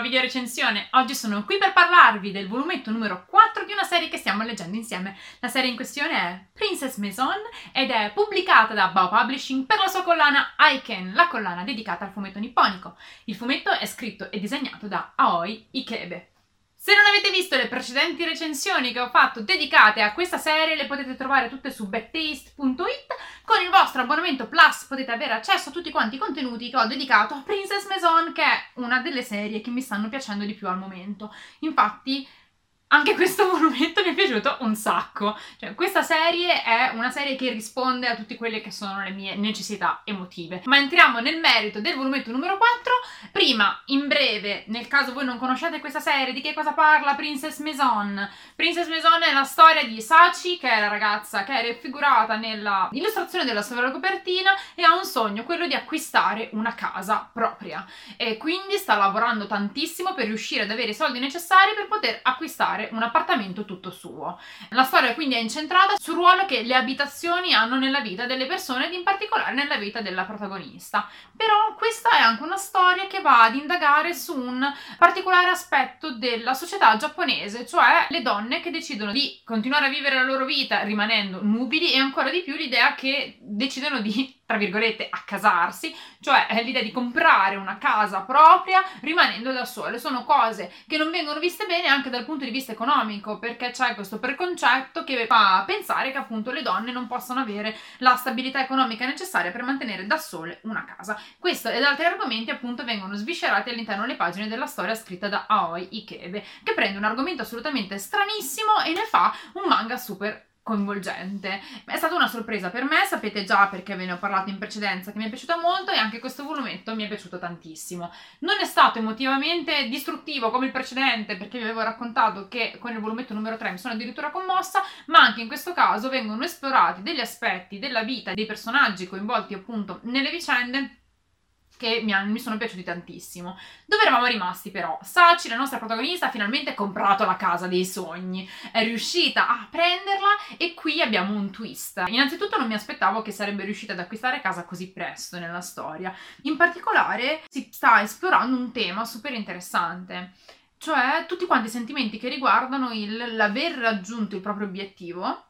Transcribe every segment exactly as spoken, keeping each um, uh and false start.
video recensione. Oggi sono qui per parlarvi del volumetto numero quattro di una serie che stiamo leggendo insieme. La serie in questione è Princess Maison ed è pubblicata da Bao Publishing per la sua collana Aiken, la collana dedicata al fumetto nipponico. Il fumetto è scritto e disegnato da Aoi Ikebe. Se non avete visto le precedenti recensioni che ho fatto dedicate a questa serie, le potete trovare tutte su backtaste punto it. Con il vostro abbonamento Plus potete avere accesso a tutti quanti i contenuti che ho dedicato a Princess Maison, che è una delle serie che mi stanno piacendo di più al momento. Infatti anche questo volumetto mi è piaciuto un sacco. Cioè, questa serie è una serie che risponde a tutte quelle che sono le mie necessità emotive. Ma entriamo nel merito del volumetto numero quattro. Prima, in breve, nel caso voi non conosciate questa serie, di che cosa parla Princess Maison? Princess Maison è la storia di Sachi, che è la ragazza che è raffigurata nella illustrazione della sua copertina e ha un sogno, quello di acquistare una casa propria. E quindi sta lavorando tantissimo per riuscire ad avere i soldi necessari per poter acquistare un appartamento tutto suo. La storia quindi è incentrata sul ruolo che le abitazioni hanno nella vita delle persone ed in particolare nella vita della protagonista. Però questa è anche una storia che va ad indagare su un particolare aspetto della società giapponese, cioè le donne che decidono di continuare a vivere la loro vita rimanendo nubili e ancora di più l'idea che decidono di, tra virgolette, accasarsi, cioè l'idea di comprare una casa propria rimanendo da sole. Sono cose che non vengono viste bene anche dal punto di vista economico, perché c'è questo preconcetto che fa pensare che appunto le donne non possano avere la stabilità economica necessaria per mantenere da sole una casa. Questo ed altri argomenti appunto vengono sviscerati all'interno delle pagine della storia scritta da Aoi Ikebe, che prende un argomento assolutamente stranissimo e ne fa un manga super coinvolgente. È stata una sorpresa per me, sapete già perché ve ne ho parlato in precedenza che mi è piaciuta molto, e anche questo volumetto mi è piaciuto tantissimo. Non è stato emotivamente distruttivo come il precedente, perché vi avevo raccontato che con il volumetto numero tre mi sono addirittura commossa, ma anche in questo caso vengono esplorati degli aspetti della vita dei personaggi coinvolti appunto nelle vicende che mi, mi sono piaciuti tantissimo. Dove eravamo rimasti però? Sachi, la nostra protagonista, ha finalmente comprato la casa dei sogni, è riuscita a prenderla e qui abbiamo un twist. Innanzitutto non mi aspettavo che sarebbe riuscita ad acquistare casa così presto nella storia. In particolare si sta esplorando un tema super interessante, cioè tutti quanti i sentimenti che riguardano il, l'aver raggiunto il proprio obiettivo,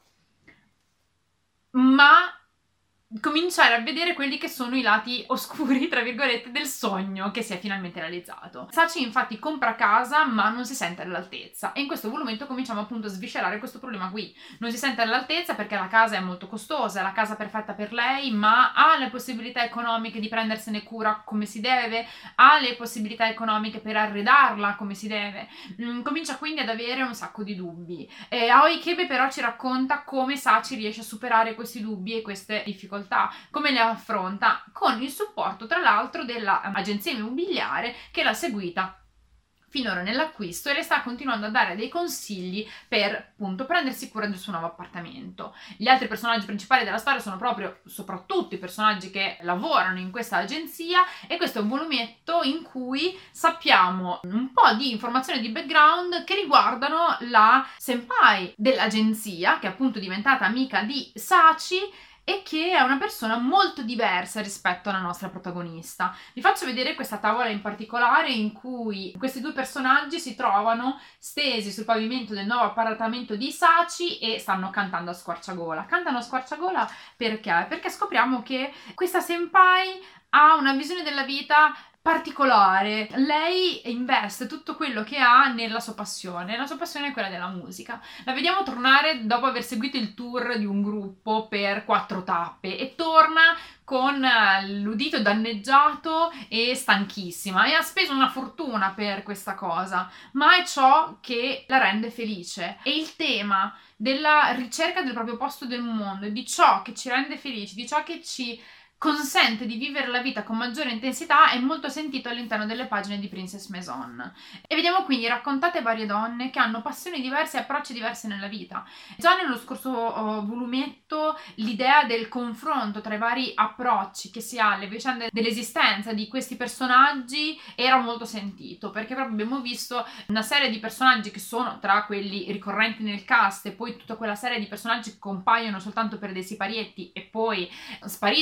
ma cominciare a vedere quelli che sono i lati oscuri, tra virgolette, del sogno che si è finalmente realizzato. Sachi infatti compra casa ma non si sente all'altezza, e in questo volumetto cominciamo appunto a sviscerare questo problema qui. Non si sente all'altezza perché la casa è molto costosa, è la casa perfetta per lei, ma ha le possibilità economiche di prendersene cura come si deve, ha le possibilità economiche per arredarla come si deve. Mm, comincia quindi ad avere un sacco di dubbi. E Aoi Ikebe però ci racconta come Sachi riesce a superare questi dubbi e queste difficoltà, come le affronta, con il supporto tra l'altro dell'agenzia immobiliare che l'ha seguita finora nell'acquisto e le sta continuando a dare dei consigli per appunto prendersi cura del suo nuovo appartamento. Gli altri personaggi principali della storia sono proprio soprattutto i personaggi che lavorano in questa agenzia, e questo è un volumetto in cui sappiamo un po' di informazioni di background che riguardano la senpai dell'agenzia, che è appunto diventata amica di Sachi e che è una persona molto diversa rispetto alla nostra protagonista. Vi faccio vedere questa tavola in particolare in cui questi due personaggi si trovano stesi sul pavimento del nuovo appartamento di Sachi e stanno cantando a squarciagola. Cantano a squarciagola perché? Perché scopriamo che questa senpai ha una visione della vita particolare. Lei investe tutto quello che ha nella sua passione. La sua passione è quella della musica. La vediamo tornare dopo aver seguito il tour di un gruppo per quattro tappe e torna con l'udito danneggiato e stanchissima, e ha speso una fortuna per questa cosa, ma è ciò che la rende felice. E il tema della ricerca del proprio posto del mondo, di ciò che ci rende felici, di ciò che ci consente di vivere la vita con maggiore intensità, è molto sentito all'interno delle pagine di Princess Maison. E vediamo quindi raccontate varie donne che hanno passioni diverse e approcci diversi nella vita. Già nello scorso uh, volumetto l'idea del confronto tra i vari approcci che si ha alle vicende dell'esistenza di questi personaggi era molto sentito, perché proprio abbiamo visto una serie di personaggi che sono tra quelli ricorrenti nel cast e poi tutta quella serie di personaggi che compaiono soltanto per dei siparietti e poi spariscono, passano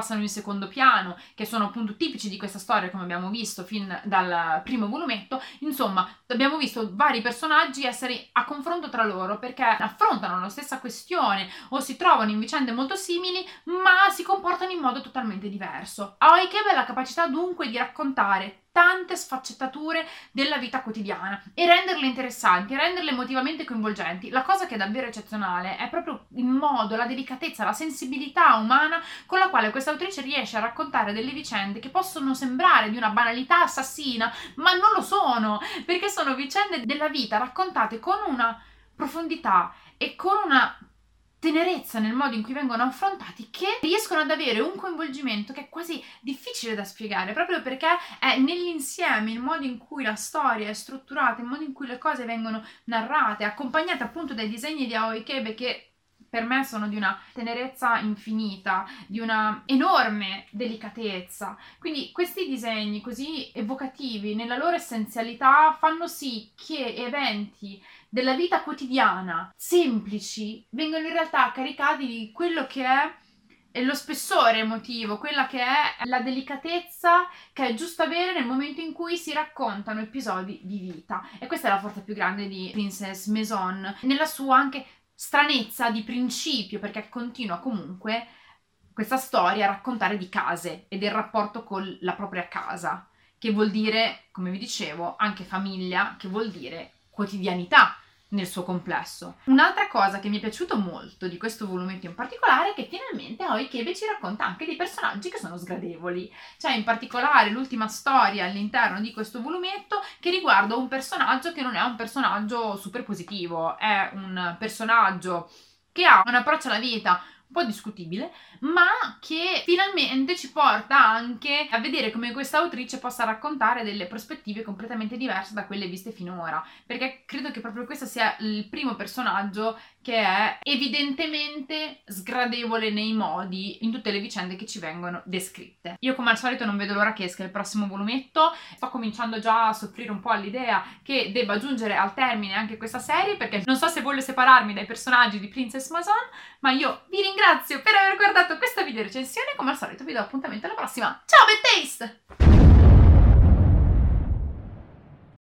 passano in secondo piano, che sono appunto tipici di questa storia, come abbiamo visto fin dal primo volumetto. Insomma, abbiamo visto vari personaggi essere a confronto tra loro perché affrontano la stessa questione o si trovano in vicende molto simili, ma si comportano in modo totalmente diverso. Aoi Kebe ha la capacità dunque di raccontare tante sfaccettature della vita quotidiana e renderle interessanti, renderle emotivamente coinvolgenti. La cosa che è davvero eccezionale è proprio il modo, la delicatezza, la sensibilità umana con la quale questa autrice riesce a raccontare delle vicende che possono sembrare di una banalità assassina, ma non lo sono, perché sono vicende della vita raccontate con una profondità e con una tenerezza nel modo in cui vengono affrontati, che riescono ad avere un coinvolgimento che è quasi difficile da spiegare, proprio perché è nell'insieme, il modo in cui la storia è strutturata, il modo in cui le cose vengono narrate, accompagnate appunto dai disegni di Aoi Kebe, che per me sono di una tenerezza infinita, di una enorme delicatezza. Quindi questi disegni così evocativi nella loro essenzialità fanno sì che eventi della vita quotidiana semplici vengono in realtà caricati di quello che è lo spessore emotivo, quella che è la delicatezza che è giusto avere nel momento in cui si raccontano episodi di vita. E questa è la forza più grande di Princess Maison, nella sua anche stranezza di principio, perché continua comunque questa storia a raccontare di case e del rapporto con la propria casa, che vuol dire, come vi dicevo, anche famiglia, che vuol dire quotidianità nel suo complesso. Un'altra cosa che mi è piaciuto molto di questo volumetto in particolare è che finalmente Aoi Kebe ci racconta anche dei personaggi che sono sgradevoli. C'è in particolare l'ultima storia all'interno di questo volumetto che riguarda un personaggio che non è un personaggio super positivo, è un personaggio che ha un approccio alla vita un po' discutibile, ma che finalmente ci porta anche a vedere come questa autrice possa raccontare delle prospettive completamente diverse da quelle viste finora, perché credo che proprio questo sia il primo personaggio che è evidentemente sgradevole nei modi in tutte le vicende che ci vengono descritte. Io come al solito non vedo l'ora che esca il prossimo volumetto, sto cominciando già a soffrire un po' all'idea che debba giungere al termine anche questa serie, perché non so se voglio separarmi dai personaggi di Princess Maison, ma io vi ringrazio per aver guardato questa video recensione. Come al solito vi do appuntamento alla prossima. Ciao, Bad Taste!